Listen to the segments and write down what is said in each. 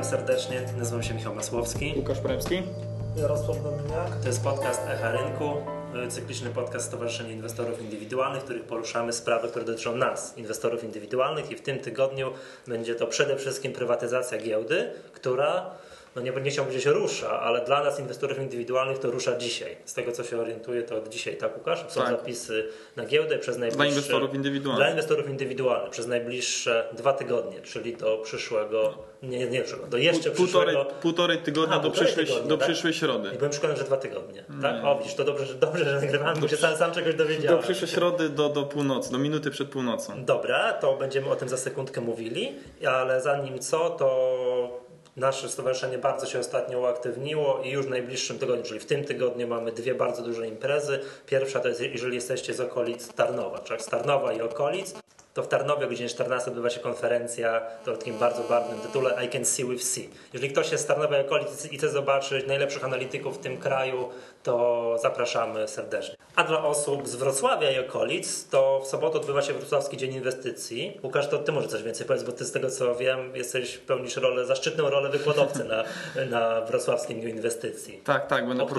serdecznie, nazywam się Michał Masłowski. Łukasz Premski. Jarosław Dominiak. To jest podcast Echa Rynku, cykliczny podcast Stowarzyszenia Inwestorów Indywidualnych, w których poruszamy sprawy, które dotyczą nas, inwestorów indywidualnych, i w tym tygodniu będzie to przede wszystkim prywatyzacja giełdy, która, nie chciałbym powiedzieć rusza, ale dla nas, inwestorów indywidualnych, to rusza dzisiaj. Z tego, co się orientuję, to od dzisiaj, tak Łukasz? Są zapisy na giełdę przez najbliższe... Dla inwestorów indywidualnych. Dla inwestorów indywidualnych przez najbliższe 2 tygodnie, czyli do przyszłego... do jeszcze przyszłego... Półtorej tygodnia do przyszłej środy. I byłem przekonany, że 2 tygodnie. Tak? O, widzisz, to dobrze, że nagrywamy, bo się sam czegoś dowiedziałem. Do przyszłej środy do północy, do minuty przed północą. Dobra, to będziemy o tym za sekundkę mówili, ale zanim to nasze stowarzyszenie bardzo się ostatnio uaktywniło i już w najbliższym tygodniu, czyli w tym tygodniu, mamy 2 bardzo duże imprezy. Pierwsza to jest, jeżeli jesteście z okolic Tarnowa, czyli z Tarnowa i okolic, to w Tarnowie o godzinie 14 odbywa się konferencja o takim bardzo barwnym tytule I Can See With C. Jeżeli ktoś jest z Tarnowa i okolic i chce zobaczyć najlepszych analityków w tym kraju, to zapraszamy serdecznie. A dla osób z Wrocławia i okolic, to w sobotę odbywa się Wrocławski Dzień Inwestycji. Łukasz, to ty może coś więcej powiedz, bo ty z tego co wiem, pełnisz zaszczytną rolę wykładowcy na Wrocławskim Dniu Inwestycji. Tak,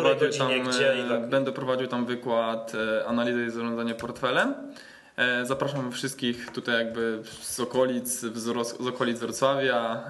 będę prowadził tam wykład analizy i zarządzania portfelem. Zapraszam wszystkich tutaj jakby z okolic Wrocławia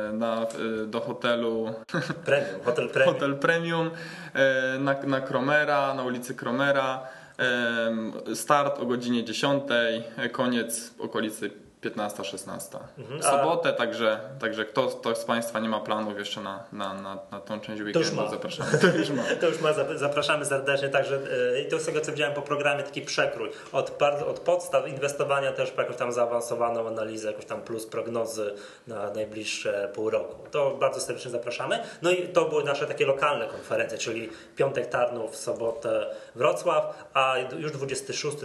do hotelu Hotel Premium na Kromera, na ulicy Kromera. Start o godzinie 10, koniec okolicy 15-16. W sobotę, także kto z Państwa nie ma planów jeszcze na tą część weekendu, zapraszamy. Zapraszamy serdecznie. Także i to z tego, co widziałem po programie, taki przekrój od podstaw inwestowania też po jakąś tam zaawansowaną analizę, jakąś tam plus prognozy na najbliższe pół roku. To bardzo serdecznie zapraszamy. No i to były nasze takie lokalne konferencje, czyli piątek Tarnów, w sobotę Wrocław, a już 26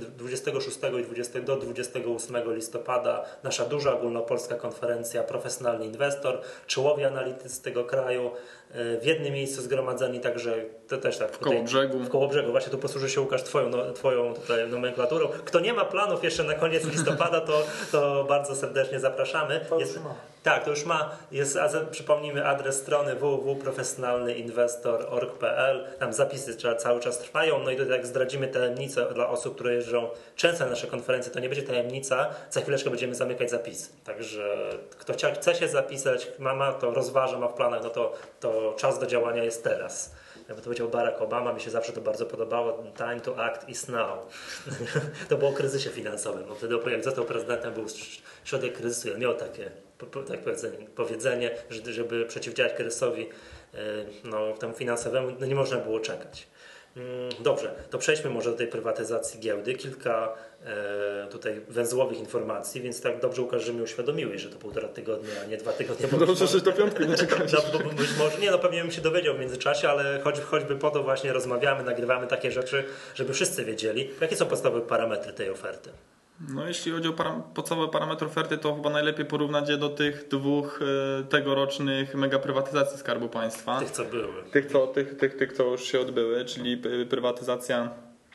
i do 28 listopada nasza duża ogólnopolska konferencja Profesjonalny Inwestor, czołowi analitycy tego kraju w jednym miejscu zgromadzeni, także to też tak. W Kołobrzegu. Właśnie tu posłuży się, Łukasz, twoją tutaj nomenklaturą. Kto nie ma planów jeszcze na koniec listopada, to bardzo serdecznie zapraszamy. To już ma. Przypomnijmy adres strony www.profesjonalnyinwestor.org.pl. Tam zapisy cały czas trwają. No i tutaj jak zdradzimy tajemnicę dla osób, które jeżdżą często na nasze konferencje, to nie będzie tajemnica. Za chwileczkę będziemy zamykać zapisy. Także kto chce się zapisać, to rozważa, ma w planach, no to czas do działania jest teraz. Jakby to powiedział Barack Obama, mi się zawsze to bardzo podobało. Time to act is now. To było o kryzysie finansowym. Bo wtedy, jak został prezydentem, był środek kryzysu. On miał takie powiedzenie, że żeby przeciwdziałać kryzysowi temu finansowemu, nie można było czekać. Dobrze, to przejdźmy może do tej prywatyzacji giełdy. Kilka tutaj węzłowych informacji, więc tak dobrze, Łukasz, że mi uświadomiłeś, że to 1,5 tygodnia, a nie 2 tygodnie. Dobrze, że do piątku nie czekałeś. Być może, pewnie bym się dowiedział w międzyczasie, ale choćby po to właśnie rozmawiamy, nagrywamy takie rzeczy, żeby wszyscy wiedzieli, jakie są podstawowe parametry tej oferty. No, jeśli chodzi o podstawowe parametry oferty, to chyba najlepiej porównać je do tych 2 tegorocznych mega prywatyzacji Skarbu Państwa. Tych, co były. Tych, co już się odbyły, czyli prywatyzacja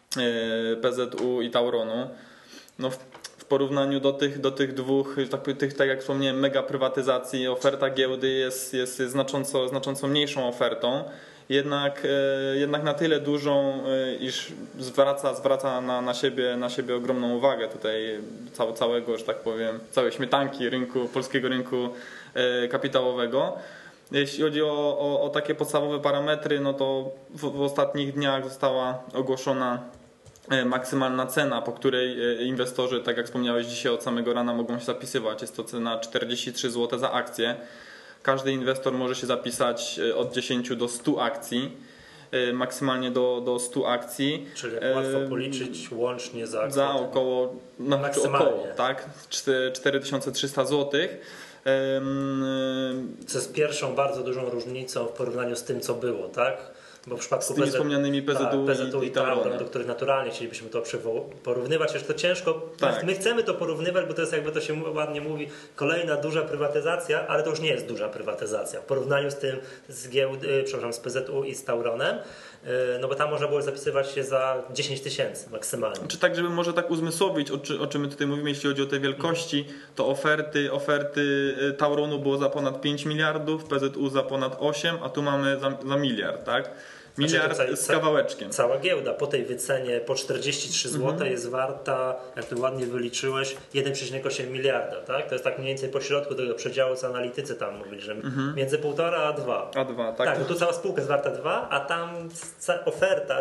PZU i Tauronu. No, w porównaniu do tych 2, tak jak wspomniałem, mega prywatyzacji, oferta giełdy jest znacząco mniejszą ofertą. Jednak na tyle dużą, iż zwraca na siebie ogromną uwagę tutaj całego, że tak powiem, całej śmietanki polskiego rynku kapitałowego. Jeśli chodzi o takie podstawowe parametry, no to w ostatnich dniach została ogłoszona maksymalna cena, po której inwestorzy, tak jak wspomniałeś, dzisiaj od samego rana mogą się zapisywać. Jest to cena 43 zł za akcję. Każdy inwestor może się zapisać od 10 do 100 akcji, maksymalnie do 100 akcji. Czyli łatwo policzyć łącznie za około, tak, 4300 zł. Co jest pierwszą bardzo dużą różnicą w porównaniu z tym, co było, tak? Bo w przypadku z tymi wspomnianymi PZU i Tauron, do których naturalnie chcielibyśmy to porównywać, już to ciężko. Tak. My chcemy to porównywać, bo to jest, jakby to się ładnie mówi, kolejna duża prywatyzacja, ale to już nie jest duża prywatyzacja. W porównaniu z tym z PZU i z Tauronem, no bo tam można było zapisywać się za 10 tysięcy maksymalnie. Czy tak, żeby może tak uzmysłowić, o czym my tutaj mówimy, jeśli chodzi o te wielkości, to oferty Tauronu było za ponad 5 miliardów, PZU za ponad 8, a tu mamy za miliard, tak? Miliard z kawałeczkiem. Cała giełda po tej wycenie po 43 zł jest warta, jak ty ładnie wyliczyłeś, 1,8 miliarda. Tak? To jest tak mniej więcej pośrodku tego przedziału, co analitycy tam mówili, że między 1,5 a 2. A2, tak. Tak, bo tu cała spółka jest warta 2, a tam oferta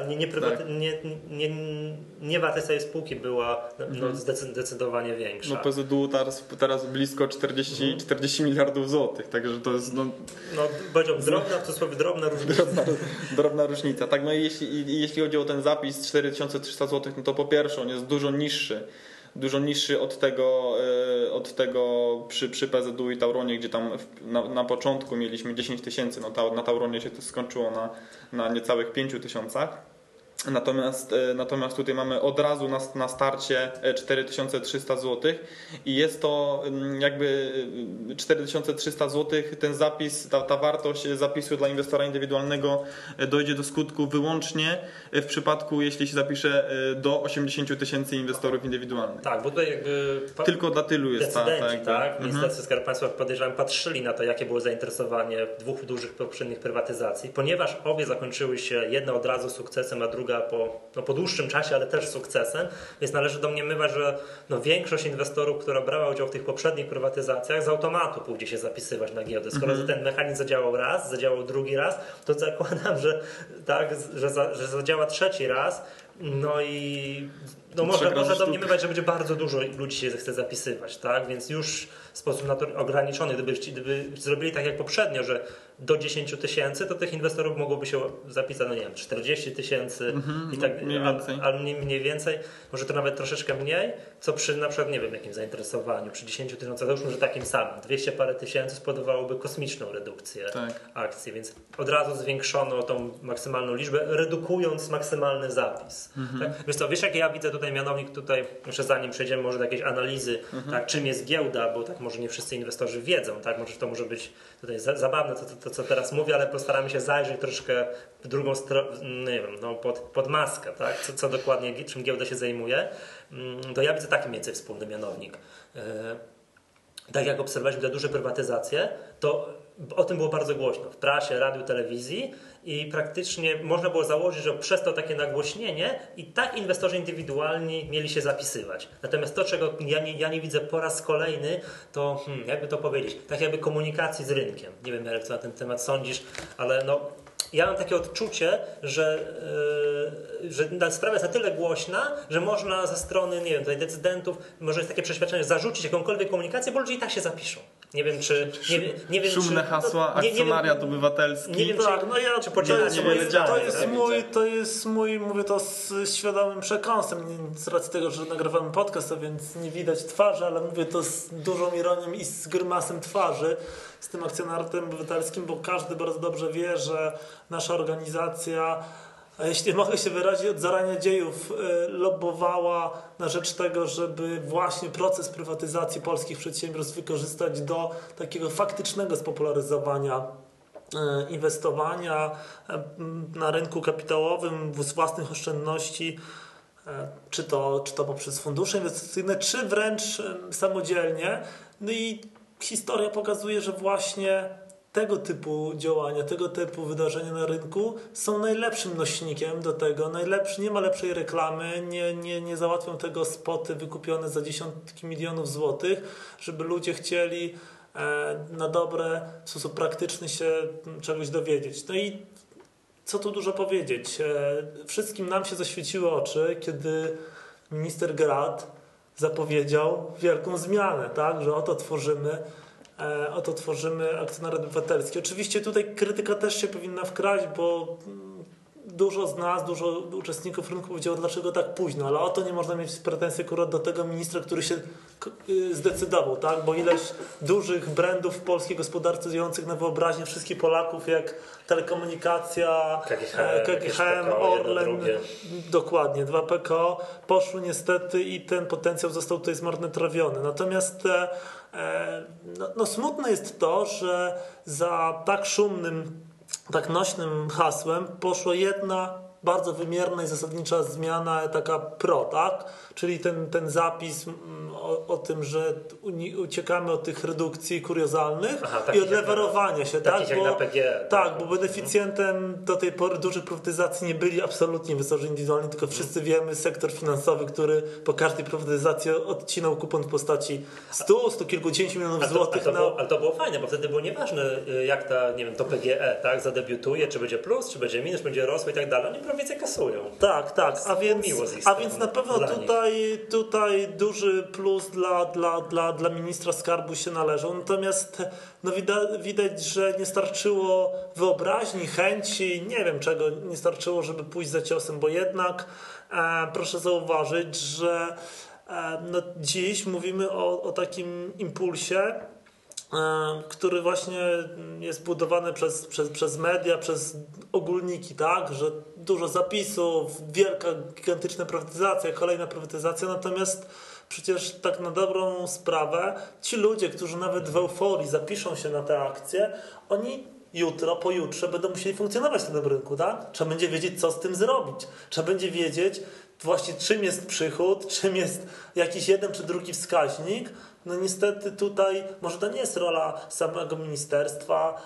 nie wartość tej spółki była zdecydowanie większa. No PZU teraz blisko 40 miliardów złotych, także to jest powiedział drobna, w cudzysłowie drobna różnica. Drobna różnica. Tak, no i jeśli chodzi o ten zapis 4300 zł, no to po pierwsze on jest dużo niższy od tego przy PZU i Tauronie, gdzie tam na początku mieliśmy 10 tysięcy, no na Tauronie się to skończyło na niecałych 5 tysiącach. Natomiast tutaj mamy od razu na starcie 4300 zł i jest to jakby 4300 zł, ten zapis, ta wartość zapisu dla inwestora indywidualnego dojdzie do skutku wyłącznie w przypadku, jeśli się zapisze do 80 tysięcy inwestorów indywidualnych. Tak, bo tutaj jakby tylko dla tylu jest decydenci, tak? Ministerstwo Skarbu Państwa, podejrzewam, patrzyli na to, jakie było zainteresowanie dwóch dużych poprzednich prywatyzacji, ponieważ obie zakończyły się, jedna od razu sukcesem, a druga po dłuższym czasie, ale też sukcesem, więc należy domniemywać, że większość inwestorów, która brała udział w tych poprzednich prywatyzacjach, z automatu pójdzie się zapisywać na giełdę. Skoro ten mechanizm zadziałał raz, zadziałał drugi raz, to zakładam, że zadziała trzeci raz. No i można domniemywać, że będzie bardzo dużo ludzi się chce zapisywać, tak? Więc już w sposób ograniczony, gdyby zrobili tak jak poprzednio, że do 10 tysięcy, to tych inwestorów mogłoby się zapisać, 40 tysięcy i tak, ale mniej więcej, może to nawet troszeczkę mniej, co przy na przykład, nie wiem, jakim zainteresowaniu, przy 10 tysiącach, załóżmy, że takim samym, 200 parę tysięcy spowodowałoby kosmiczną redukcję akcji, więc od razu zwiększono tą maksymalną liczbę, redukując maksymalny zapis. Tak? Wiesz, jak ja widzę tutaj mianownik, jeszcze zanim przejdziemy może do jakiejś analizy, tak, czym jest giełda, bo tak może nie wszyscy inwestorzy wiedzą, tak, może to może być tutaj zabawne, to co teraz mówię, ale postaramy się zajrzeć troszkę w drugą stronę, nie wiem, pod maskę, tak, co dokładnie, czym giełda się zajmuje, to ja widzę taki mniej więcej wspólny mianownik. Tak jak obserwowaliśmy te duże prywatyzacje, to o tym było bardzo głośno w prasie, radiu, telewizji i praktycznie można było założyć, że przez to takie nagłośnienie i tak inwestorzy indywidualni mieli się zapisywać. Natomiast to, czego ja nie widzę po raz kolejny, to jakby to powiedzieć, tak jakby komunikacji z rynkiem. Nie wiem, Jarek, co na ten temat sądzisz, ale ja mam takie odczucie, że sprawa jest na tyle głośna, że można ze strony, nie wiem, tutaj decydentów, może jest takie przeświadczenie, zarzucić jakąkolwiek komunikację, bo ludzie i tak się zapiszą. Nie wiem, czy... Nie wiem, szumne hasła, akcjonariat obywatelski. Nie wiem, czy to jest mój, mówię to z świadomym przekąsem, z racji tego, że nagrywamy podcast, a więc nie widać twarzy, ale mówię to z dużą ironią i z grymasem twarzy, z tym akcjonariatem obywatelskim, bo każdy bardzo dobrze wie, że nasza organizacja, jeśli mogę się wyrazić, od zarania dziejów lobbowała na rzecz tego, żeby właśnie proces prywatyzacji polskich przedsiębiorstw wykorzystać do takiego faktycznego spopularyzowania inwestowania na rynku kapitałowym z własnych oszczędności, czy to poprzez fundusze inwestycyjne, czy wręcz samodzielnie. No i historia pokazuje, że właśnie tego typu działania, tego typu wydarzenia na rynku są najlepszym nośnikiem do tego. Nie ma lepszej reklamy, nie załatwią tego spoty wykupione za dziesiątki milionów złotych, żeby ludzie chcieli na dobre, w sposób praktyczny się czegoś dowiedzieć. No i co tu dużo powiedzieć. Wszystkim nam się zaświeciły oczy, kiedy minister Grad zapowiedział wielką zmianę, tak? Że oto tworzymy akcjonariat obywatelski. Oczywiście tutaj krytyka też się powinna wkraść, bo dużo z nas, dużo uczestników rynku powiedziało, dlaczego tak późno, ale o to nie można mieć pretensji akurat do tego ministra, który się zdecydował, tak? Bo ileś dużych brandów w polskiej gospodarce działających na wyobraźnię wszystkich Polaków, jak telekomunikacja, KGHM, Orlen, dokładnie, 2 PKO, poszły niestety i ten potencjał został tutaj zmarnotrawiony. Natomiast smutne jest to, że za tak szumnym, tak nośnym hasłem poszła jedna bardzo wymierna i zasadnicza zmiana, taka tak? Czyli ten zapis o tym, że uciekamy od tych redukcji kuriozalnych i od lewarowania się. Takich jak na PGE. Tak, bo beneficjentem do tej pory dużych prywatyzacji nie byli absolutnie inwestorzy indywidualni, tylko wszyscy wiemy, sektor finansowy, który po każdej prywatyzacji odcinał kupon w postaci 100 kilkudziesięciu milionów złotych. Ale to było fajne, bo wtedy było nieważne, jak to PGE, tak, zadebiutuje, czy będzie plus, czy będzie minus, czy będzie rosło i tak dalej. Oni prawie kasują. Tak. A więc na pewno tutaj duży plus dla ministra skarbu się należał. Natomiast widać, że nie starczyło wyobraźni, chęci, nie wiem czego nie starczyło, żeby pójść za ciosem, bo jednak proszę zauważyć, że dziś mówimy o takim impulsie, który właśnie jest budowany przez media, przez ogólniki, tak, że dużo zapisów, wielka, gigantyczna prywatyzacja, kolejna prywatyzacja, natomiast przecież tak na dobrą sprawę ci ludzie, którzy nawet w euforii zapiszą się na te akcje, oni jutro, pojutrze będą musieli funkcjonować na tym rynku, tak? Trzeba będzie wiedzieć, co z tym zrobić. Trzeba będzie wiedzieć właśnie, czym jest przychód, czym jest jakiś jeden czy drugi wskaźnik. No niestety tutaj może to nie jest rola samego ministerstwa,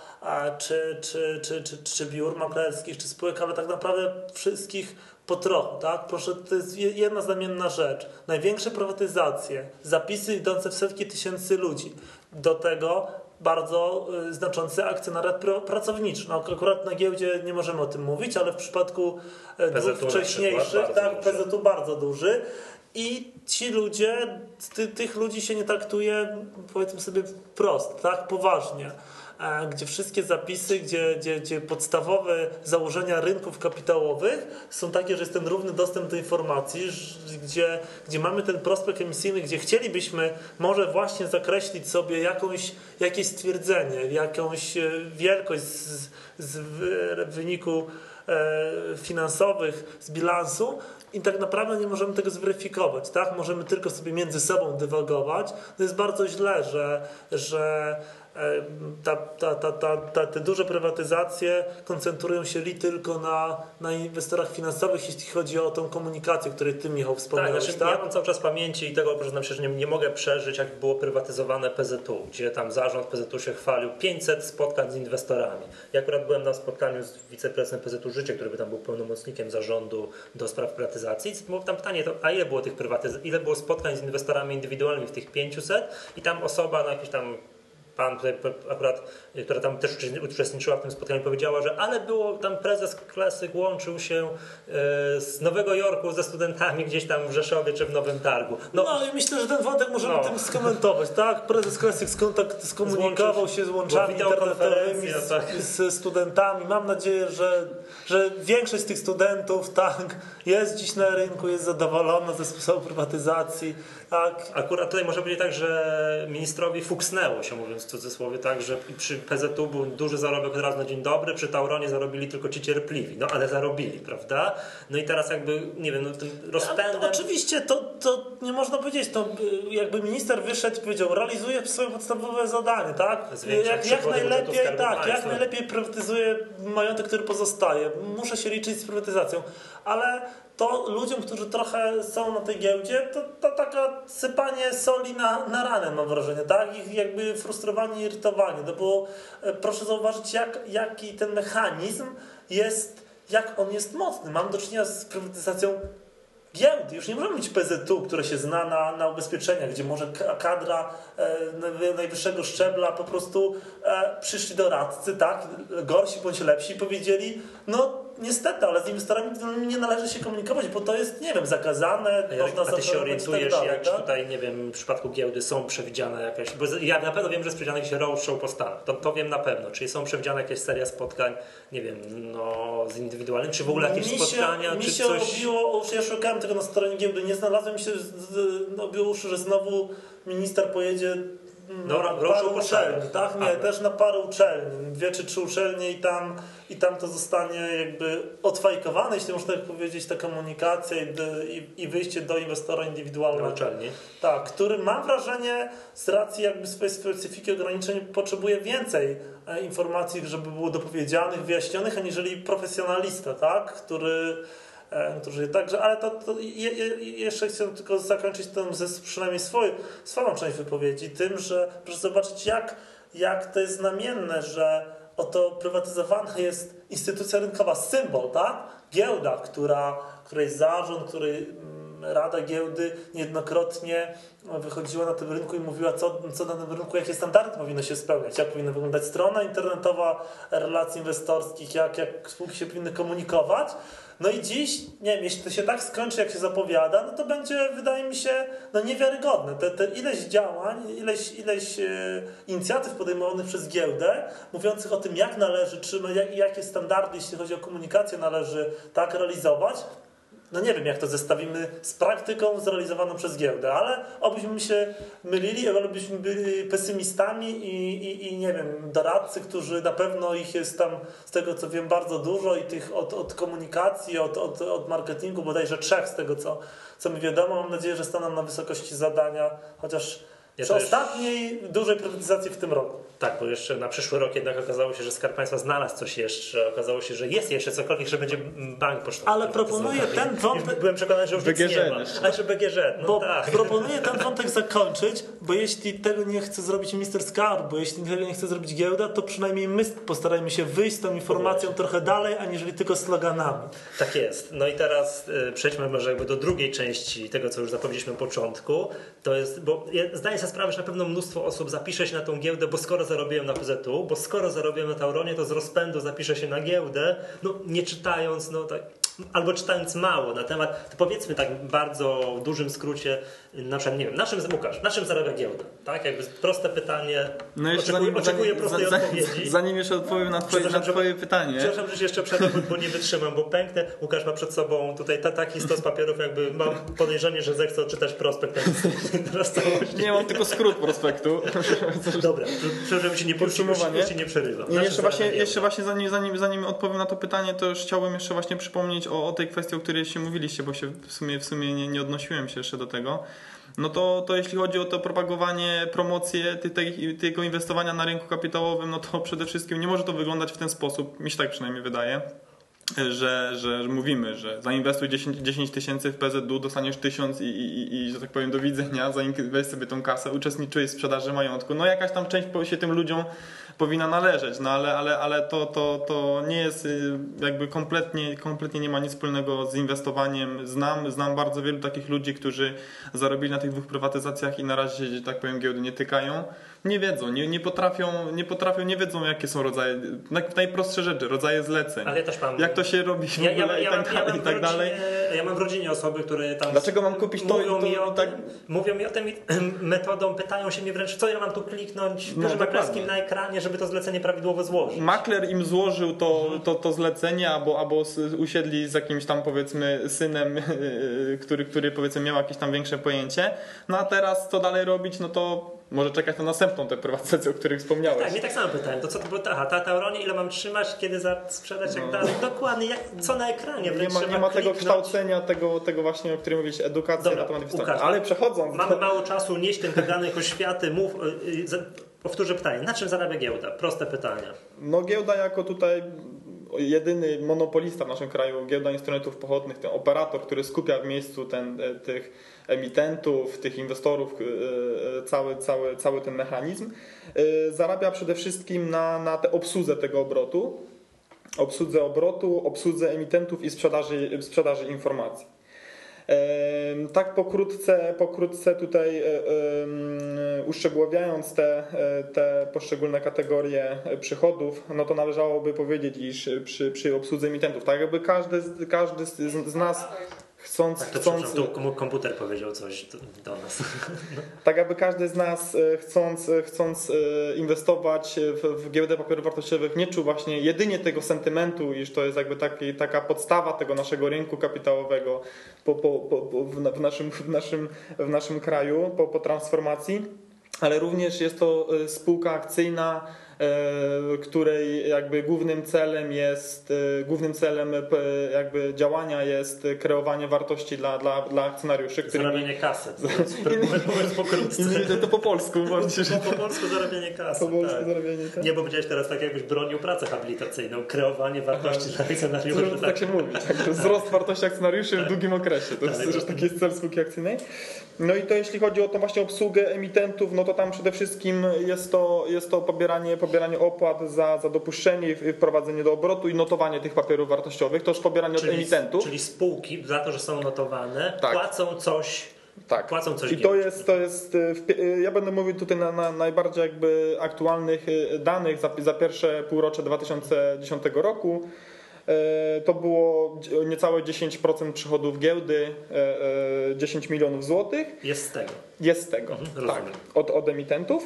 czy biur maklerskich, czy spółek, ale tak naprawdę wszystkich po trochu, tak? Proszę, to jest jedna znamienna rzecz. Największe prywatyzacje, zapisy idące w setki tysięcy ludzi. Do tego bardzo znaczący akcjonariat pracowniczy. No, akurat na giełdzie nie możemy o tym mówić, ale w przypadku dwóch wcześniejszych, tak, PZU bardzo duży. I ci ludzie, tych ludzi się nie traktuje, powiedzmy sobie wprost, tak, poważnie. Gdzie wszystkie zapisy, gdzie podstawowe założenia rynków kapitałowych są takie, że jest ten równy dostęp do informacji, gdzie mamy ten prospekt emisyjny, gdzie chcielibyśmy może właśnie zakreślić sobie jakieś stwierdzenie, jakąś wielkość z wyniku finansowych, z bilansu, i tak naprawdę nie możemy tego zweryfikować, tak? Możemy tylko sobie między sobą dywagować. To jest bardzo źle, że te duże prywatyzacje koncentrują się tylko na inwestorach finansowych, jeśli chodzi o tą komunikację, o której ty, Michał, wspomniałeś. Tak? Ja mam cały czas pamięci i tego przyznam się, że nie mogę przeżyć, jak było prywatyzowane PZU, gdzie tam zarząd PZU się chwalił 500 spotkań z inwestorami. Ja akurat byłem na spotkaniu z wiceprezesem PZU Życie, który by tam był pełnomocnikiem zarządu do spraw prywatyzacji. Było tam pytanie, a ile było spotkań z inwestorami indywidualnymi w tych 500 i tam osoba, jakiś tam pan tutaj akurat, która tam też uczestniczyła w tym spotkaniu, powiedziała, że ale było tam prezes Classic łączył się z Nowego Jorku ze studentami gdzieś tam w Rzeszowie czy w Nowym Targu. No i myślę, że ten wątek możemy tym skomentować, tak? Prezes Classic skomunikował się z łączami internetowymi z studentami. Mam nadzieję, że większość z tych studentów jest dziś na rynku, jest zadowolona ze sposobu prywatyzacji. Tak. Akurat tutaj może być tak, że ministrowi fuksnęło się, mówiąc w cudzysłowie, tak, że przy PZU był duży zarobek od razu na dzień dobry, przy Tauronie zarobili tylko ci cierpliwi, no ale zarobili, prawda? No i teraz jakby, nie wiem, tym rozpędem... Oczywiście, to nie można powiedzieć, to jakby minister wyszedł i powiedział, realizuje swoje podstawowe zadanie, tak? Jak najlepiej prywatyzuje majątek, który pozostaje. Muszę się liczyć z prywatyzacją, ale to ludziom, którzy trochę są na tej giełdzie, to taka sypanie soli na ranę, mam wrażenie, tak? Ich jakby frustrowanie, irytowanie, no bo proszę zauważyć, jaki ten mechanizm jest, jak on jest mocny. Mam do czynienia z prywatyzacją giełdy. Już nie możemy mieć PZU, które się zna na ubezpieczeniach, gdzie może kadra najwyższego szczebla po prostu przyszli doradcy, tak? Gorsi bądź lepsi, powiedzieli, no niestety, ale z inwestorami nie należy się komunikować, bo to jest, nie wiem, zakazane. A ty się orientujesz, tak dalej, jak tutaj, nie wiem, w przypadku giełdy są przewidziane jakieś, bo ja na pewno wiem, że jest przewidziane jakieś roadshow po Stanach, to wiem na pewno, czyli są przewidziane jakieś seria spotkań, nie wiem, no z indywidualnym, czy w ogóle jakieś spotkania, mi czy się coś... obiło, ja szukałem tego na stronie giełdy, nie znalazłem się, obiło uszy, że znowu minister pojedzie na parę uczelni, tak? Nie, też na parę uczelni, 2 czy 3 uczelnie i tam to zostanie jakby odfajkowane, jeśli można tak powiedzieć, ta komunikacja i wyjście do inwestora indywidualnego. Na uczelni. Tak, który mam wrażenie z racji jakby swojej specyfiki ograniczeń potrzebuje więcej informacji, żeby było dopowiedzianych, wyjaśnionych, aniżeli profesjonalista, tak? Który także, ale jeszcze chcę tylko zakończyć przynajmniej swoją część wypowiedzi tym, że proszę zobaczyć jak to jest znamienne, że oto prywatyzowana jest instytucja rynkowa, symbol, tak? Giełda, której zarząd, której Rada Giełdy niejednokrotnie wychodziła na tym rynku i mówiła, co na tym rynku, jakie standardy powinno się spełniać, jak powinna wyglądać strona internetowa relacji inwestorskich, jak spółki się powinny komunikować. No i dziś, nie wiem, jeśli to się tak skończy, jak się zapowiada, no to będzie, wydaje mi się, no niewiarygodne. Te ileś działań, ileś inicjatyw podejmowanych przez giełdę, mówiących o tym, jak należy, jakie standardy, jeśli chodzi o komunikację, należy tak realizować. No nie wiem, jak to zestawimy z praktyką zrealizowaną przez giełdę, ale obyśmy się mylili, obyśmy byli pesymistami i nie wiem, doradcy, którzy na pewno ich jest tam, z tego co wiem, bardzo dużo i tych od komunikacji, od marketingu, bodajże 3 z tego co mi wiadomo. Mam nadzieję, że staną na wysokości zadania, chociaż przy ostatniej dużej prywatyzacji w tym roku. Tak, bo jeszcze na przyszły rok jednak okazało się, że Skarb Państwa znalazł coś jeszcze. Okazało się, że jest jeszcze cokolwiek, że będzie bank pocztowy. Ale proponuję ten wątek... Byłem przekonany, że już nic nie ma. A że BGŻ, no bo tak. Proponuję ten wątek zakończyć, bo jeśli tego nie chce zrobić minister skarbu, jeśli tego nie chce zrobić giełda, to przynajmniej my postarajmy się wyjść z tą informacją trochę dalej, aniżeli tylko sloganami. Tak jest. No i teraz przejdźmy może jakby do drugiej części tego, co już zapowiedzieliśmy na początku. To jest, bo ja zdaję sobie sprawę, że na pewno mnóstwo osób zapisze się na tą giełdę, bo skoro zarobiłem na PZU, bo skoro zarobiłem na Tauronie, to z rozpędu zapiszę się na giełdę, no nie czytając, no tak, albo czytając mało na temat, to powiedzmy tak w bardzo dużym skrócie, na przykład, nie wiem, na czym zarabia giełda? Tak, jakby proste pytanie, no oczekuję prostej odpowiedzi. Zanim jeszcze odpowiem na twoje pytanie. Przepraszam, że jeszcze przerwę, bo nie wytrzymam, bo pęknę. Łukasz ma przed sobą tutaj taki stos papierów, jakby mam podejrzenie, że zechce odczytać prospekt. Nie, mam tylko skrót prospektu. Dobra, żebym się nie przerywa. Jeszcze właśnie zanim odpowiem na to pytanie, to już chciałbym jeszcze właśnie przypomnieć o tej kwestii, o której się mówiliście, bo się w sumie nie odnosiłem się jeszcze do tego. No to jeśli chodzi o to propagowanie, promocję tego inwestowania na rynku kapitałowym, no to przede wszystkim nie może to wyglądać w ten sposób, mi się tak przynajmniej wydaje, że mówimy, że zainwestuj 10 tysięcy w PZU, dostaniesz 1000 i że tak powiem do widzenia, weź sobie tą kasę, uczestniczyj w sprzedaży majątku. No jakaś tam część się tym ludziom powinna należeć, no ale to nie jest jakby kompletnie nie ma nic wspólnego z inwestowaniem. Znam bardzo wielu takich ludzi, którzy zarobili na tych 2 prywatyzacjach i na razie, że tak powiem, giełdy nie tykają. Nie wiedzą, nie potrafią, nie wiedzą jakie są rodzaje, najprostsze rzeczy, rodzaje zleceń. Ale ja też mam. Jak to się robi w ogóle i tak dalej. Ja mam w rodzinie osoby, które tam... Dlaczego mam kupić to? Mówią mi o tym metodą, pytają się mnie wręcz, co ja mam tu kliknąć dużym maklerskim na ekranie, żeby to zlecenie prawidłowo złożyć. Makler im złożył to zlecenie, albo usiedli z jakimś tam, powiedzmy, synem, który powiedzmy miał jakieś tam większe pojęcie. No a teraz co dalej robić, no to może czekać na następną tę prywatyzację, o której wspomniałeś. Tak, mnie tak samo pytałem. To co to było? Ta Tauronie, ile mam trzymać, kiedy sprzedać, jak dalej? Dokładnie, co na ekranie. Nie ma tego kształcenia, tego właśnie, o którym mówiliście, edukacja na temat inwestowania. Ale przechodząc... Mamy mało czasu, nieść ten kaganek oświaty, mów... Powtórzę pytanie. Na czym zarabia giełda? Proste pytanie. No giełda jako tutaj jedyny monopolista w naszym kraju, giełda instrumentów pochodnych, ten operator, który skupia w miejscu tych emitentów, tych inwestorów, cały ten mechanizm, zarabia przede wszystkim na obsłudze tego obrotu, obsłudze emitentów i sprzedaży informacji. Tak pokrótce tutaj uszczegółowiając te poszczególne kategorie przychodów, no to należałoby powiedzieć, iż przy obsłudze emitentów, tak jakby każdy z nas chcąc tu komputer powiedział coś do nas. tak aby każdy z nas chcąc inwestować w giełdę papierów wartościowych nie czuł właśnie jedynie tego sentymentu, iż to jest jakby taka podstawa tego naszego rynku kapitałowego w naszym kraju po transformacji, ale również jest to spółka akcyjna, której jakby głównym celem jakby działania jest kreowanie wartości dla akcjonariuszy. Zarabianie kasy. Mówiąc pokrótce. To po polsku. Po polsku zarabianie kasy. Tak. Nie, bo powiedziałeś teraz tak, jakbyś bronił pracę habilitacyjną. Kreowanie wartości dla akcjonariuszy. Tak się mówi. Tak, wzrost wartości akcjonariuszy w długim okresie. To jest taki jest cel spółki akcyjnej. No i to jeśli chodzi o tą właśnie obsługę emitentów, no to tam przede wszystkim jest to pobieranie opłat za dopuszczenie i wprowadzenie do obrotu i notowanie tych papierów wartościowych. To jest pobieranie od emitentów. Czyli spółki za to, że są notowane, płacą coś. Tak. Płacą coś. I to jest. Ja będę mówił tutaj na najbardziej jakby aktualnych danych za pierwsze półrocze 2010 roku. To było niecałe 10% przychodów giełdy, 10 milionów złotych. Jest z tego. Tak, od emitentów.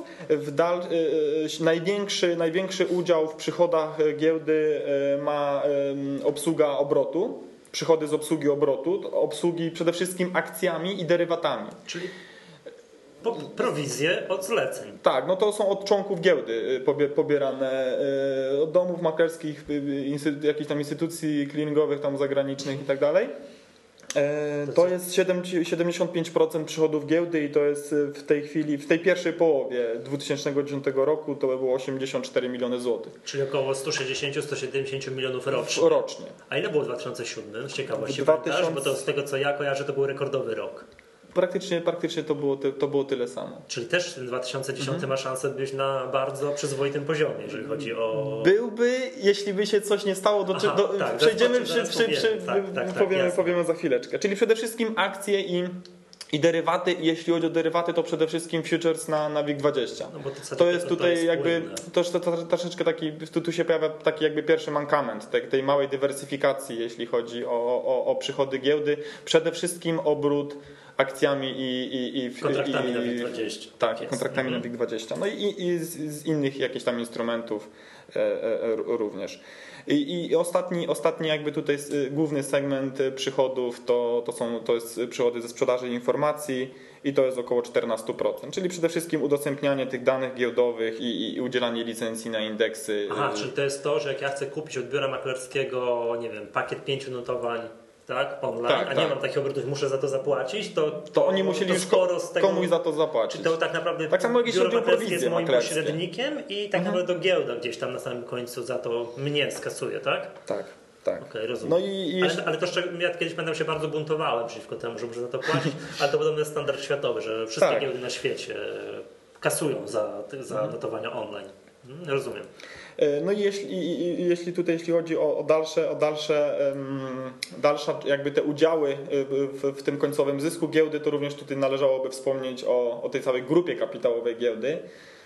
Największy udział w przychodach giełdy ma obsługa obrotu. Przychody z obsługi obrotu, obsługi przede wszystkim akcjami i derywatami. Czyli prowizje od zleceń. Tak, no to są od członków giełdy pobierane, od domów maklerskich, jakichś tam instytucji clearingowych tam zagranicznych i tak dalej. To jest 75% przychodów giełdy i to jest w tej chwili, w tej pierwszej połowie 2010 roku to było 84 miliony złotych. Czyli około 160-170 milionów rocznie. Rocznie. A ile było w 2007? Z ciekawości pamiętasz? Bo to z tego co ja kojarzę, to był rekordowy rok. Praktycznie to było tyle samo. Czyli też ten 2010 ma szansę być na bardzo przyzwoitym poziomie, jeżeli chodzi o... Byłby, jeśli by się coś nie stało, przejdziemy, powiemy za chwileczkę. Czyli przede wszystkim akcje i derywaty. Jeśli chodzi o derywaty, to przede wszystkim futures na WIG20. No bo to jest tutaj jakby to troszeczkę taki, tu się pojawia taki jakby pierwszy mankament tej małej dywersyfikacji, jeśli chodzi o przychody giełdy. Przede wszystkim obrót akcjami i kontraktami na WIG20. Tak, kontraktami na WIG20. No i z innych jakichś tam instrumentów również. I ostatni jakby tutaj główny segment przychodów to jest przychody ze sprzedaży informacji i to jest około 14%, czyli przede wszystkim udostępnianie tych danych giełdowych i udzielanie licencji na indeksy. Aha, czyli to jest to, że jak ja chcę kupić od biura maklerskiego, nie wiem, pakiet 5 notowań, tak, online, nie mam takich obrotów, muszę za to zapłacić, to oni musieli już komuś za to zapłacić. Czyli to tak naprawdę tak samo jak biuro maklerskie jest moim pośrednikiem i tak naprawdę do giełda gdzieś tam na samym końcu za to mnie skasuje, tak? Tak. Okej, rozumiem. No ale to ja kiedyś pamiętam się bardzo buntowałem przeciwko temu, że muszę za to płacić, ale to podobno jest standard światowy, że wszystkie giełdy na świecie kasują za notowania online. Rozumiem. No i jeśli chodzi o dalsze jakby te udziały w tym końcowym zysku giełdy, to również tutaj należałoby wspomnieć o tej całej grupie kapitałowej giełdy.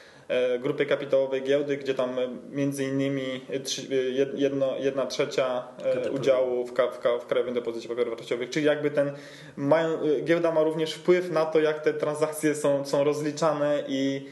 Gdzie tam między innymi 1/3 udziału w Krajowym Depozycie Papierów Wartościowych, czyli jakby giełda ma również wpływ na to, jak te transakcje są rozliczane i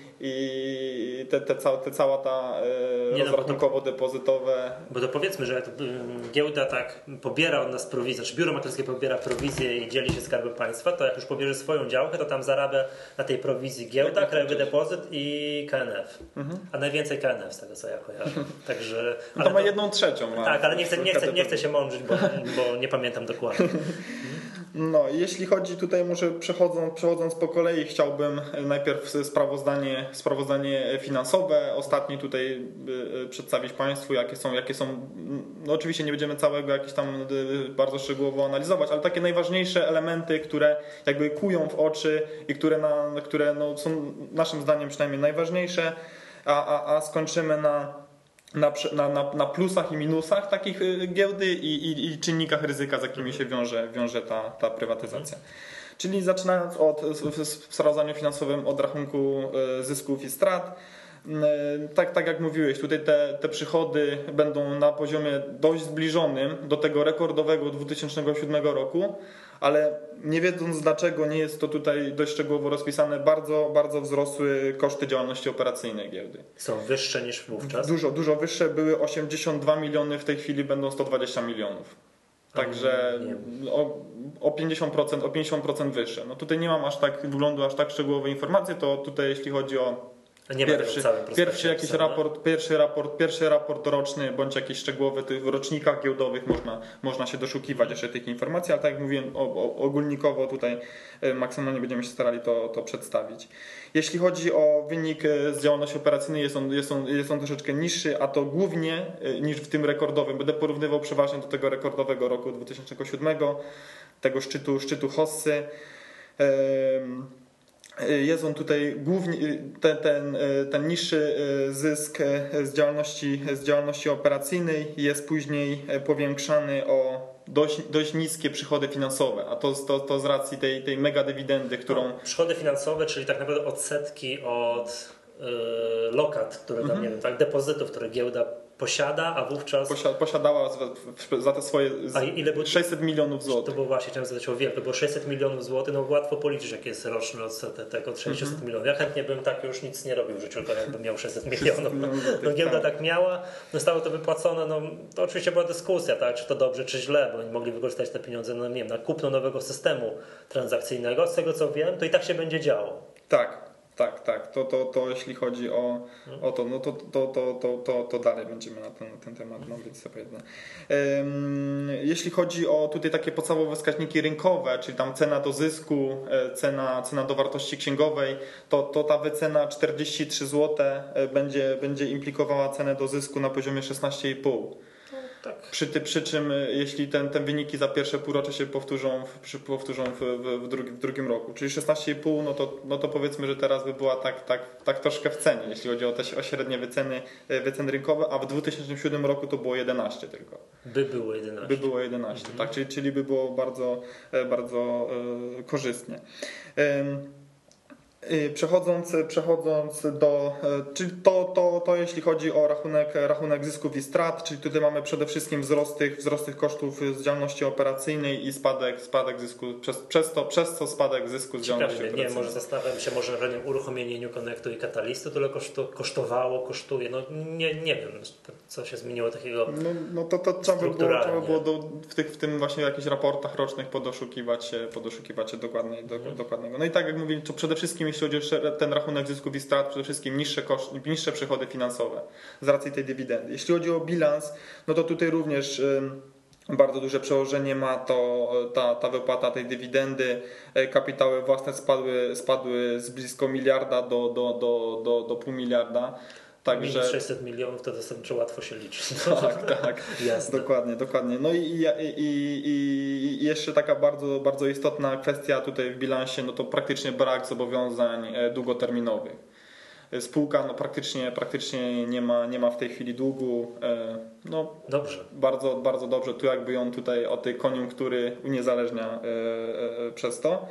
cała ta rozrachunkowo-depozytowe. Bo to powiedzmy, że giełda tak pobiera od nas prowizję, czy biuro maklerskie pobiera prowizję i dzieli się Skarbem Państwa, to jak już pobierze swoją działkę, to tam zarabia na tej prowizji giełda, Krajowy Depozyt i KNF. A najwięcej KNF z tego co ja kojarzę. Także, to ma 1/3. Tak, ale nie chcę się mądrzyć, bo nie pamiętam dokładnie. No, jeśli chodzi tutaj, może przechodząc po kolei, chciałbym najpierw sprawozdanie finansowe ostatnie tutaj przedstawić Państwu, jakie są, no oczywiście nie będziemy całego jakieś tam bardzo szczegółowo analizować, ale takie najważniejsze elementy, które jakby kują w oczy i które no, są naszym zdaniem przynajmniej najważniejsze, a skończymy na plusach i minusach takich giełdy i czynnikach ryzyka, z jakimi się wiąże ta prywatyzacja. Czyli zaczynając od w sprawozdaниu finansowym od rachunku zysków i strat. Tak jak mówiłeś, tutaj te przychody będą na poziomie dość zbliżonym do tego rekordowego 2007 roku, ale nie wiedząc dlaczego nie jest to tutaj dość szczegółowo rozpisane, bardzo, bardzo wzrosły koszty działalności operacyjnej giełdy. Są wyższe niż wówczas? Dużo wyższe, były 82 miliony, w tej chwili będą 120 milionów. Także o 50% wyższe. No tutaj nie mam wglądu aż tak szczegółowej informacji, to tutaj jeśli chodzi o pierwszy raport roczny bądź jakiś szczegółowy w rocznikach giełdowych można się doszukiwać jeszcze tych informacji, ale tak jak mówiłem ogólnikowo tutaj maksymalnie będziemy się starali to przedstawić. Jeśli chodzi o wynik z działalności operacyjnej, jest on troszeczkę niższy, a to głównie niż w tym rekordowym. Będę porównywał przeważnie do tego rekordowego roku 2007, tego szczytu Hossy. Jest on tutaj głównie ten niższy zysk z działalności operacyjnej jest później powiększany o dość niskie przychody finansowe, a to z racji tej mega dywidendy, którą... Przychody finansowe, czyli tak naprawdę odsetki od lokat, które tam, nie wiem, tak, depozytów, które giełda posiada, a wówczas... Posiadała za te swoje 600 milionów złotych. To było właśnie, chciałem zadać o wielkie, bo 600 milionów złotych, no łatwo policzyć, jaki jest roczny odsetek od 600 milionów. Ja chętnie bym tak już nic nie robił w życiu, tylko jakbym miał 600 milionów. No giełda tak miała, zostało to wypłacone, no to oczywiście była dyskusja, tak, czy to dobrze, czy źle, bo oni mogli wykorzystać te pieniądze, no nie wiem, na kupno nowego systemu transakcyjnego. Z tego co wiem, to i tak się będzie działo. Tak. To jeśli chodzi o to, no to dalej będziemy na ten temat mówić sobie. Jeśli chodzi o tutaj takie podstawowe wskaźniki rynkowe, czyli tam cena do zysku, cena do wartości księgowej, to ta wycena 43 zł będzie implikowała cenę do zysku na poziomie 16,5. Tak. Przy czym jeśli te wyniki za pierwsze półrocze się powtórzą w drugim roku, czyli 16,5, no to powiedzmy, że teraz by była tak troszkę w cenie, jeśli chodzi o średnie wyceny rynkowe, a w 2007 roku to było 11 tylko. By było 11. Tak, czyli by było bardzo, bardzo korzystnie. Przechodząc do, czyli to jeśli chodzi o rachunek zysków i strat, czyli tutaj mamy przede wszystkim wzrost tych kosztów z działalności operacyjniej i spadek zysku, przez co spadek zysku z działalności operacyjnej. Nie, może zastanawiam się, może na uruchomieniu Connectu i Katalistu tyle kosztuje, no nie wiem, co się zmieniło takiego to trzeba by było w tym właśnie jakichś raportach rocznych podoszukiwać się dokładnego. No i tak jak mówiłem, to przede wszystkim jeśli chodzi o ten rachunek zysków i strat, przede wszystkim niższe przychody finansowe z racji tej dywidendy. Jeśli chodzi o bilans, no to tutaj również bardzo duże przełożenie ma ta wypłata tej dywidendy. Kapitały własne spadły z blisko miliarda do pół miliarda. Także... Minus 600 milionów to zasadniczo łatwo się liczy. Tak. Jasne. Dokładnie. No i jeszcze taka bardzo, bardzo istotna kwestia tutaj w bilansie, no to praktycznie brak zobowiązań długoterminowych. Spółka praktycznie nie ma w tej chwili długu. No, dobrze. Bardzo, bardzo dobrze. Tu jakby ją tutaj od tej koniunktury uniezależnia przez to.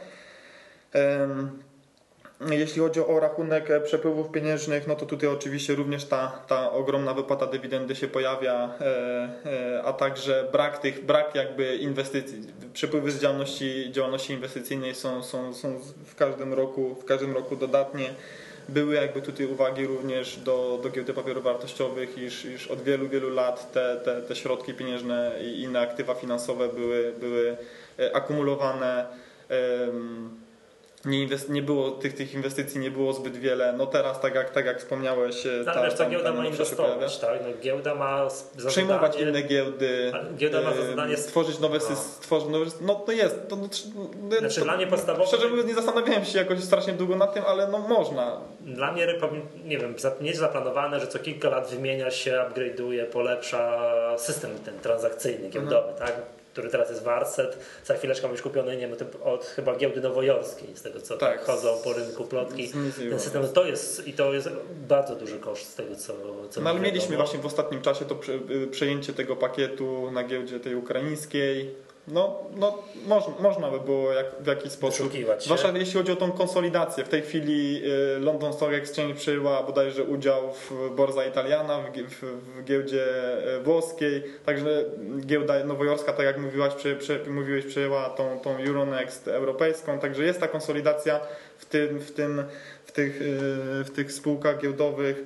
Jeśli chodzi o rachunek przepływów pieniężnych, no to tutaj oczywiście również ta ogromna wypłata dywidendy się pojawia, a także brak jakby inwestycji. Przepływy z działalności inwestycyjnej są w każdym roku dodatnie. Były jakby tutaj uwagi również do giełdy papierów wartościowych, iż od wielu, wielu lat te środki pieniężne i inne aktywa finansowe były akumulowane. Nie było tych inwestycji, nie było zbyt wiele. No teraz, tak jak wspomniałeś, ta giełda ma inwestować, tak? No, giełda ma za przejmować zadanie, inne giełdy, giełda ma za zadanie stworzyć nowe no to jest. Znaczy, dla mnie podstawowe... Szczerze mówiąc, nie zastanawiałem się jakoś strasznie długo nad tym, ale no można. Dla mnie, nie wiem, nie jest zaplanowane, że co kilka lat wymienia się, upgrade'uje, polepsza system ten transakcyjny, giełdowy, tak? który teraz jest Warset, za chwileczkę ma być kupiony, nie wiem, od chyba giełdy nowojorskiej, z tego co tak chodzą po rynku plotki. Ten system, to jest bardzo duży koszt z tego co no ale mieliśmy właśnie w ostatnim czasie to przejęcie tego pakietu na giełdzie tej ukraińskiej. No można by było w jakiś sposób, zwłaszcza jeśli chodzi o tą konsolidację. W tej chwili London Stock Exchange przyjęła bodajże udział w Borsa Italiana, w giełdzie włoskiej, także giełda nowojorska, tak jak mówiłeś, przyjęła tą Euronext europejską, także jest ta konsolidacja w tych spółkach giełdowych,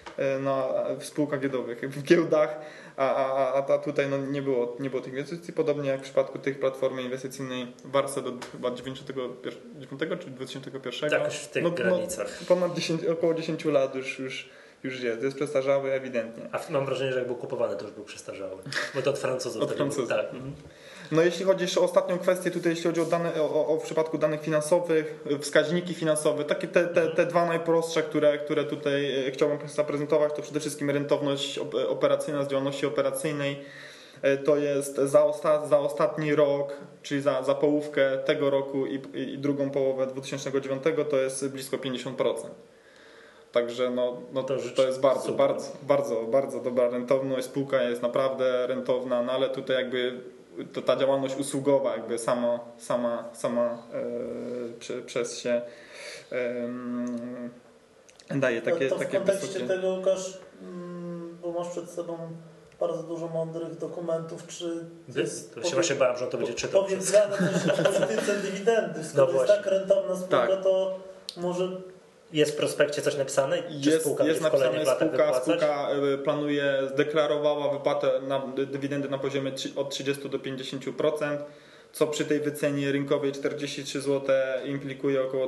w giełdach. A tutaj no, nie było tych inwestycji, podobnie jak w przypadku tych platformy inwestycyjnej Warset od chyba 99 czy 2001. Jakoś w tych granicach. Około 10 lat już jest przestarzały ewidentnie. A mam wrażenie, że jak był kupowany, to już był przestarzały. Bo to od Francuzów. Tak. No jeśli chodzi jeszcze o ostatnią kwestię, tutaj jeśli chodzi o dane, w przypadku danych finansowych, wskaźniki finansowe, takie te dwa najprostsze, które tutaj chciałbym zaprezentować, to przede wszystkim rentowność operacyjna z działalności operacyjnej. To jest za ostatni rok, czyli za połówkę tego roku i drugą połowę 2009 to jest blisko 50%. Także to jest bardzo dobra rentowność. Spółka jest naprawdę rentowna, no ale tutaj jakby ta działalność usługowa jakby sama przez się daje takie to w kontekście wysokie... tego, Łukasz, bo masz przed sobą bardzo dużo mądrych dokumentów, czy... To się właśnie bałem, że on to będzie czytał. Powiedziane też o polityce dywidendy. Skoro jest tak rentowna spółka, to może... Jest w prospekcie coś napisane? Jest napisane, spółka planuje, zdeklarowała wypłatę dywidendy na poziomie od 30 do 50%, co przy tej wycenie rynkowej 43 zł implikuje około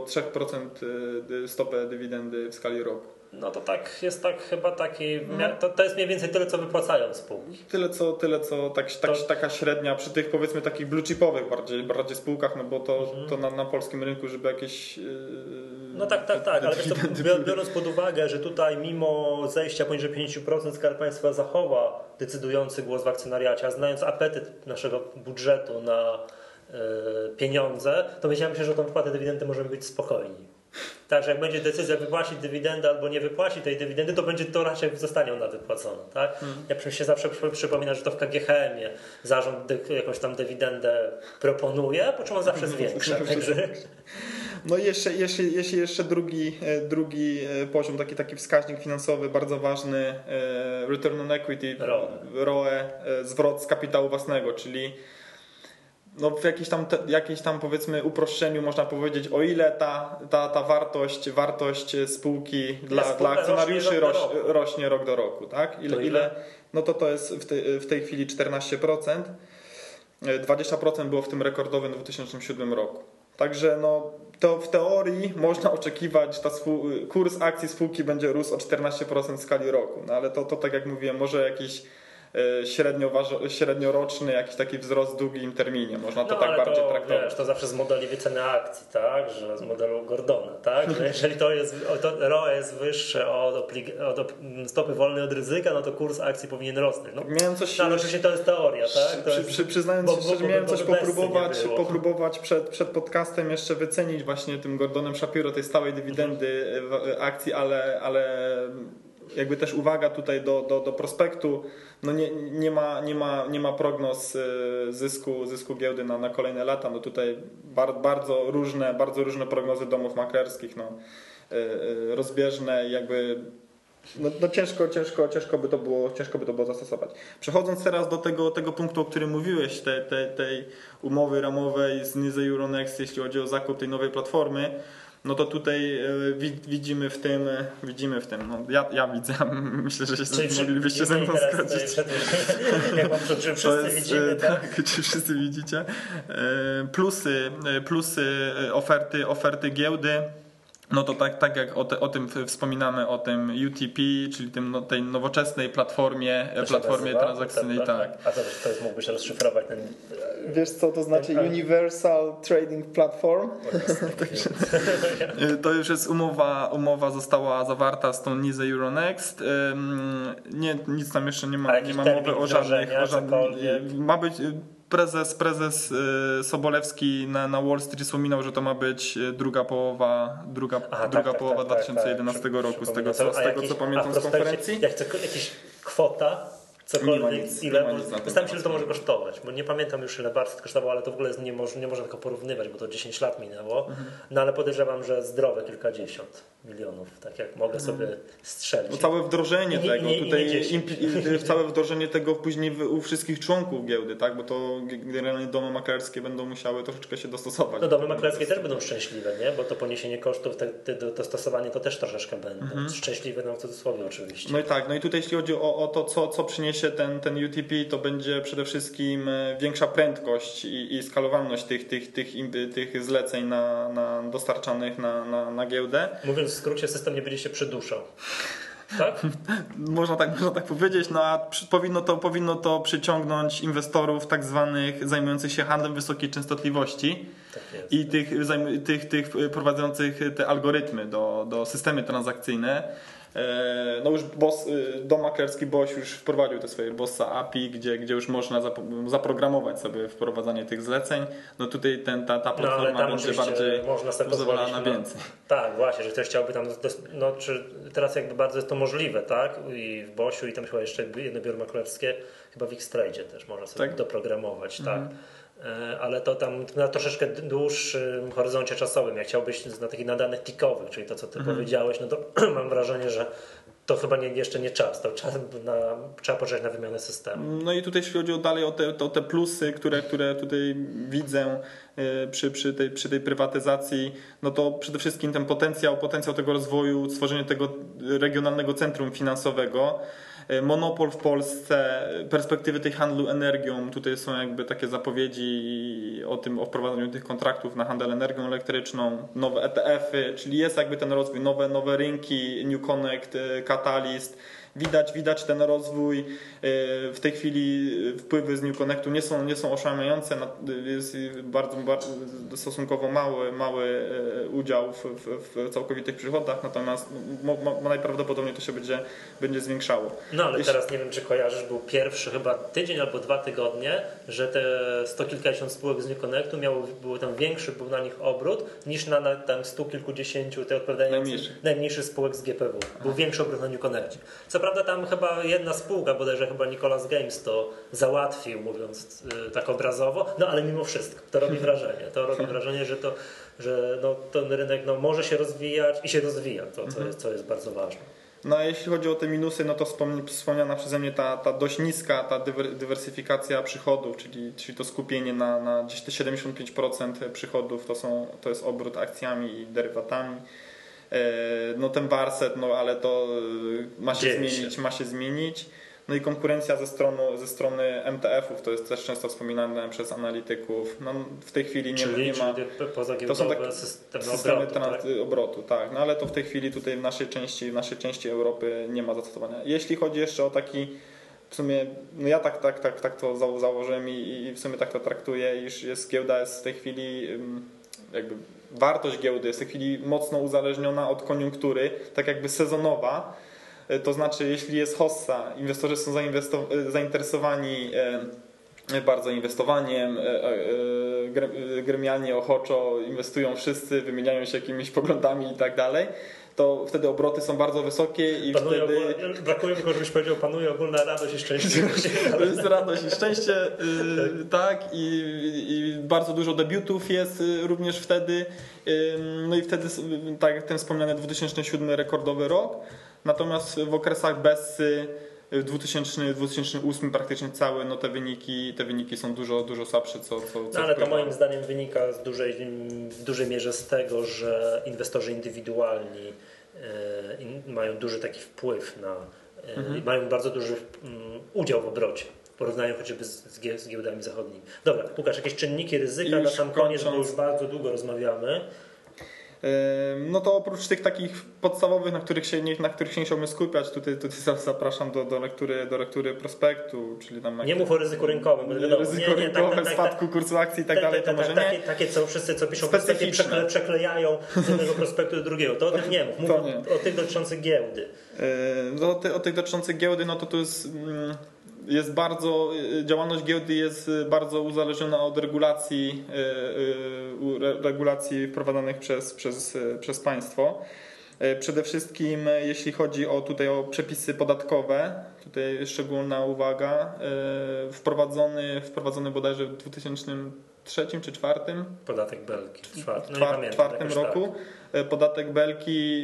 3% stopę dywidendy w skali roku. No to tak jest chyba taki, to jest mniej więcej tyle, co wypłacają spółki. Tyle co taka średnia przy tych powiedzmy takich blue chipowych bardziej spółkach, no bo to na polskim rynku, żeby jakieś... No tak, ale biorąc pod uwagę, że tutaj mimo zejścia poniżej 50% Skarb Państwa zachowa decydujący głos w akcjonariacie, a znając apetyt naszego budżetu na pieniądze, to myślałem się, że tą wypłatę dywidendy możemy być spokojni. Także jak będzie decyzja wypłacić dywidendę albo nie wypłaci tej dywidendy, to raczej zostanie ona wypłacona. Tak? Ja się zawsze przypominam, że to w KGHM-ie zarząd jakąś tam dywidendę proponuje, po czym on zawsze zwiększa. Także... No i jeszcze drugi poziom, taki wskaźnik finansowy bardzo ważny, return on equity, ROE, zwrot z kapitału własnego, czyli no w jakiejś tam powiedzmy uproszczeniu można powiedzieć, o ile ta wartość spółki dla akcjonariuszy rośnie rok do roku, tak? Ile? No to jest w tej chwili 14%. 20% było w tym rekordowym 2007 roku. Także no to w teorii można oczekiwać, kurs akcji spółki będzie rósł o 14% w skali roku, no ale to tak jak mówiłem, może jakiś średnioroczny jakiś taki wzrost w długim terminie. Można to tak bardziej traktować. Wiesz, to zawsze z modeli wyceny akcji, tak? Że z modelu Gordona, tak? Że jeżeli ROE jest wyższe od stopy wolnej od ryzyka, no to kurs akcji powinien rosnąć. No, ale oczywiście to jest teoria, tak? Przyznając się, że miałem coś popróbować przed podcastem jeszcze wycenić właśnie tym Gordonem Shapiro tej stałej dywidendy akcji, ale jakby też uwaga tutaj do prospektu, no nie ma prognoz zysku giełdy na kolejne lata. No tutaj bardzo różne prognozy domów maklerskich, no, rozbieżne i jakby no ciężko by to było zastosować. Przechodząc teraz do tego punktu, o którym mówiłeś, tej umowy ramowej z NYSE Euronext, jeśli chodzi o zakup tej nowej platformy, no to tutaj widzimy w tym, no ja widzę, myślę, że się moglibyście ze mną zgodzić. Jak mam czy wszyscy widzimy, tak? Czy wszyscy widzicie? Plusy oferty giełdy. No to tak jak o tym wspominamy, o tym UTP, czyli tej nowoczesnej platformie transakcyjnej. Tak. A to mógłbyś rozszyfrować ten... Wiesz co to znaczy Universal Trading Platform? To już jest umowa została zawarta z tą NYSE Euronext. Nic tam jeszcze nie ma mowy o żadnych. Ma być prezes Sobolewski na Wall Street wspominał, że to ma być druga połowa 2011 roku, z tego co pamiętam z konferencji. Jak jakaś kwota, cokolwiek, ile, wystawiam się, że to może kosztować, bo nie pamiętam już ile Barca kosztowało, ale to w ogóle nie można tego porównywać, bo to 10 lat minęło, no ale podejrzewam, że zdrowe kilkadziesiąt milionów, tak jak mogę sobie strzelić. No całe wdrożenie całe wdrożenie tego później u wszystkich członków giełdy, tak, bo to generalnie domy maklerskie będą musiały troszeczkę się dostosować. No domy maklerskie też będą szczęśliwe, nie? Bo to poniesienie kosztów, dostosowanie to też troszeczkę będą. Szczęśliwe, no w cudzysłowie oczywiście. No i tak, no i tutaj jeśli chodzi o to, co przyniesie ten UTP, to będzie przede wszystkim większa prędkość i skalowalność tych zleceń dostarczanych na giełdę. Mówiąc w skrócie, system nie będzie się przyduszał. Tak? Można tak powiedzieć, no a powinno to przyciągnąć inwestorów tak zwanych zajmujących się handlem wysokiej częstotliwości i tych prowadzących te algorytmy do systemy transakcyjne. No już dom maklerski BOŚ już wprowadził te swoje BOSSA API, gdzie już można zaprogramować sobie wprowadzanie tych zleceń. No tutaj ta platforma będzie bardziej pozwalała na więcej. Tak, właśnie, że ktoś chciałby tam, czy teraz jakby bardzo jest to możliwe, tak? I w BOŚu i tam chyba jeszcze jedno biuro maklerskie, chyba w Xtrade też można sobie doprogramować, tak? Ale to tam na troszeczkę dłuższym horyzoncie czasowym, jak chciałbyś na takich nadanych tikowych, czyli to, co ty powiedziałeś, no to mam wrażenie, że to chyba jeszcze nie czas. To trzeba poczekać na wymianę systemu. No i tutaj jeśli chodzi dalej o te plusy, które tutaj widzę przy tej prywatyzacji, no to przede wszystkim ten potencjał tego rozwoju, stworzenie tego regionalnego centrum finansowego, monopol w Polsce, perspektywy tej handlu energią, tutaj są jakby takie zapowiedzi o wprowadzeniu tych kontraktów na handel energią elektryczną, nowe ETF-y, czyli jest jakby ten rozwój, nowe rynki, New Connect, Catalyst. Widać ten rozwój. W tej chwili wpływy z New Connectu nie są oszałamiające. Jest bardzo stosunkowo mały udział w całkowitych przychodach, natomiast najprawdopodobniej to się będzie zwiększało. No ale teraz nie wiem, czy kojarzysz, był pierwszy chyba tydzień albo 2 tygodnie, że te 100 kilkadziesiąt spółek z New Connectu był tam większy, był na nich obrót niż na tam 100 kilkudziesięciu te odpowiadających najmniejszych spółek z GPW. Był większy obrót na New Connectie. Co prawda tam chyba jedna spółka, bodajże chyba Nicolas Games to załatwił, mówiąc tak obrazowo, no ale mimo wszystko to robi wrażenie. To robi wrażenie, że ten rynek może się rozwijać i się rozwija, co jest bardzo ważne. No a jeśli chodzi o te minusy, no to wspomniana przeze mnie ta dość niska dywersyfikacja przychodów, czyli to skupienie na gdzieś te 75% przychodów to jest obrót akcjami i derywatami. No ten warset, ale to ma się zmienić. No i konkurencja ze strony MTF-ów, to jest też często wspominane przez analityków. No w tej chwili nie ma. To są takie systemy obrotu, tak. No ale to w tej chwili tutaj w naszej części Europy nie ma zastosowania. Jeśli chodzi jeszcze o taki, w sumie, no ja tak to założyłem i w sumie tak to traktuję, iż giełda jest w tej chwili jakby wartość giełdy jest w tej chwili mocno uzależniona od koniunktury, tak jakby sezonowa. To znaczy, jeśli jest hossa, inwestorzy są zainteresowani bardzo inwestowaniem, gremialnie, ochoczo inwestują wszyscy, wymieniają się jakimiś poglądami i tak dalej, to wtedy obroty są bardzo wysokie i brakuje tylko, żebyś powiedział, panuje ogólna radość i szczęście. To jest radość i szczęście, tak, i bardzo dużo debiutów jest również wtedy. No i wtedy, tak jak ten wspomniany 2007 rekordowy rok, natomiast w okresach Bessy 2008 praktycznie całe, no te wyniki są dużo słabsze. Ale to moim zdaniem wynika w dużej mierze z tego, że inwestorzy indywidualni mają duży taki wpływ mają bardzo duży udział w obrocie. W porównaniu chociażby z giełdami zachodnimi. Dobra, Łukasz, jakieś czynniki ryzyka na sam koniec, bo już bardzo długo rozmawiamy. No to oprócz tych takich podstawowych, na których się nie chciałbym skupiać, tutaj zapraszam do lektury prospektu, czyli tam nie mów o ryzyku rynkowym, bo wiadomo, spadku kursu akcji i tak dalej, to może nie. Takie co wszyscy, co piszą prospekty, przeklejają z jednego prospektu do drugiego, to o tym nie mów. Mów o tych dotyczących giełdy. O tych dotyczących giełdy, no to jest jest bardzo, działalność giełdy jest bardzo uzależniona od regulacji wprowadzanych przez państwo. Przede wszystkim jeśli chodzi o przepisy podatkowe, tutaj szczególna uwaga, wprowadzony bodajże w 2003 czy 2004 podatek belki w czwartym roku. Tak. Podatek belki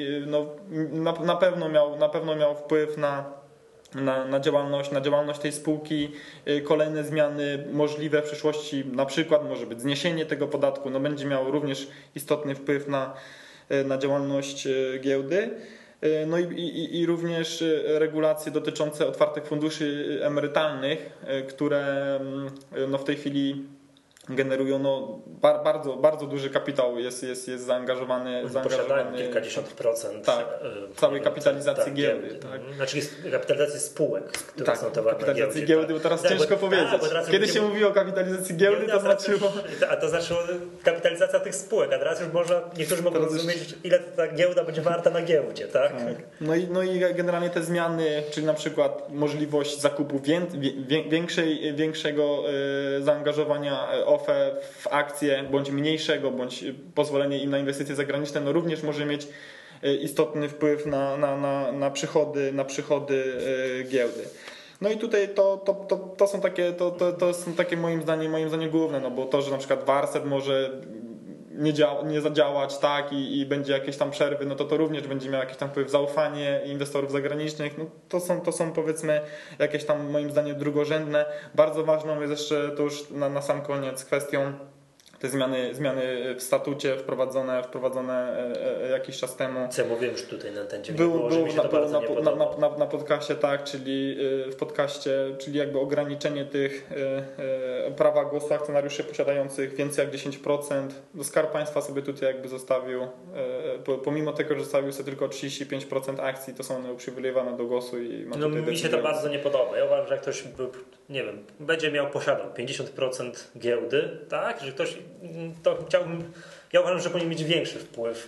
na pewno miał wpływ na działalność tej spółki. Kolejne zmiany możliwe w przyszłości, na przykład może być zniesienie tego podatku, będzie miał również istotny wpływ na działalność giełdy. No i również regulacje dotyczące otwartych funduszy emerytalnych, które w tej chwili generują bardzo duży kapitał, jest zaangażowany. Posiadają kilkadziesiąt procent całej kapitalizacji giełdy. Tak. Znaczy kapitalizacji spółek, które są towarne kapitalizacji giełdy, bo teraz ciężko powiedzieć. Kiedy się mówiło o kapitalizacji giełdy, to znaczyło... To znaczyło kapitalizacja tych spółek, a teraz już niektórzy mogą rozumieć, ile ta giełda będzie warta na giełdzie, tak? No i generalnie te zmiany, czyli na przykład możliwość zakupu większego zaangażowania OFE w akcje, bądź mniejszego, bądź pozwolenie im na inwestycje zagraniczne, również może mieć istotny wpływ na przychody giełdy. No i tutaj to są takie moim zdaniem główne, bo to, że na przykład Warset może nie zadziałać, tak, i będzie jakieś tam przerwy, to również będzie miał jakiś tam wpływ, zaufanie inwestorów zagranicznych, to są powiedzmy jakieś tam moim zdaniem drugorzędne. Bardzo ważną jest jeszcze, to już na sam koniec, kwestią te zmiany w statucie wprowadzone jakiś czas temu. Co ja mówiłem już tutaj na ten dzień. Było na podcaście, tak, czyli w podcaście, czyli jakby ograniczenie tych prawa głosu akcjonariuszy posiadających więcej jak 10%. Skarb Państwa sobie tutaj jakby zostawił, pomimo tego, że zostawił sobie tylko 35% akcji, to są one uprzywilejowane do głosu i ma mi się to bardzo nie podoba. Ja uważam, że jak ktoś, będzie posiadał 50% giełdy, tak, że ktoś to chciałbym, ja uważam, że powinien mieć większy wpływ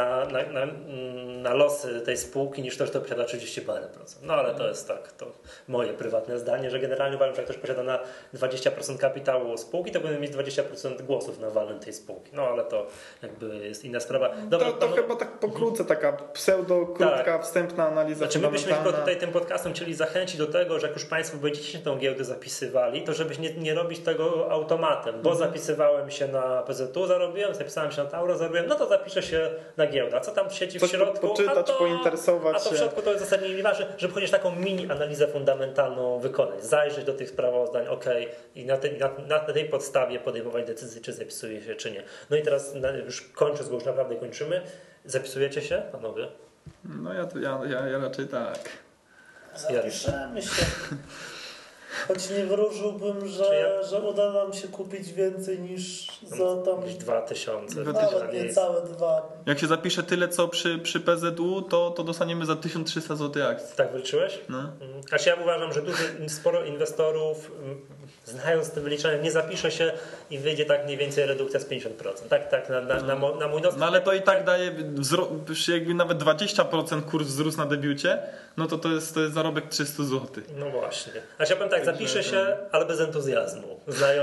na losy tej spółki niż to, że to posiada 30 parę procent. Ale to jest tak, to moje prywatne zdanie, że generalnie uważam, że jak ktoś posiada na 20% kapitału spółki, to powinien mieć 20% głosów na walnym tej spółki. Ale to jakby jest inna sprawa. Dobra, to chyba tak pokrótce, taka krótka, wstępna analiza. Znaczy my byśmy tylko tutaj tym podcastem chcieli zachęcić do tego, że jak już Państwo będziecie się tą giełdę zapisywali, to żebyś nie robić tego automatem, bo zapisywałem się na PZU, zapisałem się na Tauro, zarobiłem, to zapiszę się na giełdę. A co tam siedzi w środku? Poczytać, pointeresować się. A to w środku to jest zasadniczo nieważne, żeby chociaż taką mini analizę fundamentalną wykonać, zajrzeć do tych sprawozdań, i na tej podstawie podejmować decyzję, czy zapisuje się, czy nie. No i teraz już kończąc, bo już naprawdę kończymy. Zapisujecie się, panowie? No ja raczej tak. Zapiszemy się. Choć nie wróżyłbym, że uda nam się kupić więcej niż za tam 2000. Nawet niecałe 2. Jak się zapisze tyle co przy PZU, to dostaniemy za 1300 zł akcji. Tak wyliczyłeś? No. Znaczy ja uważam, że sporo inwestorów, znając te wyliczenia, nie zapisze się i wyjdzie tak mniej więcej redukcja z 50%. Tak na mój dostęp. No ale to i tak daje jakby nawet 20% kurs wzrósł na debiucie, to jest zarobek 300 zł. No właśnie. Znaczy ja powiem tak, zapiszę się, ale bez entuzjazmu.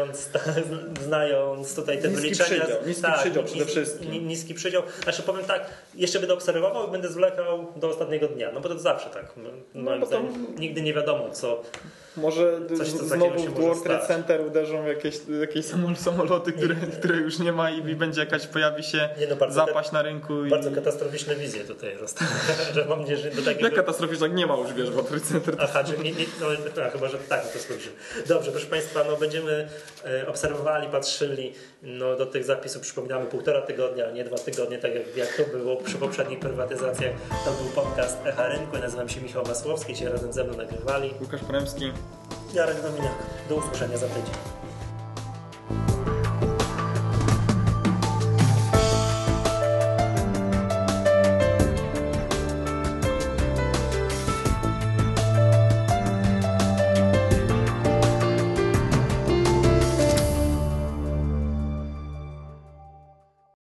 Znając tutaj te wyliczenia. Niski przydział przede wszystkim. Niski przydział. Znaczy powiem tak, jeszcze będę obserwował i będę zwlekał do ostatniego dnia. Bo to zawsze tak. Moim zdaniem nigdy nie wiadomo, co. Może znowu w World Trade Center uderzą jakieś samoloty, które już nie ma i będzie pojawi się zapaść na rynku. Bardzo katastroficzne wizje tutaj że mam nadzieję, że do takiego... Jak katastroficzne, nie ma już, wiesz, World Trade Center. Aha, czyli chyba, że tak, to skończymy. Dobrze, proszę Państwa, będziemy obserwowali, patrzyli do tych zapisów, przypominamy 1,5 tygodnia, a nie 2 tygodnie, tak jak to było przy poprzednich prywatyzacjach. To był podcast Echa Rynku. Ja nazywam się Michał Masłowski, dzisiaj razem ze mną nagrywali Łukasz Poremski, Jarek Dominiak. Do usłyszenia za tydzień.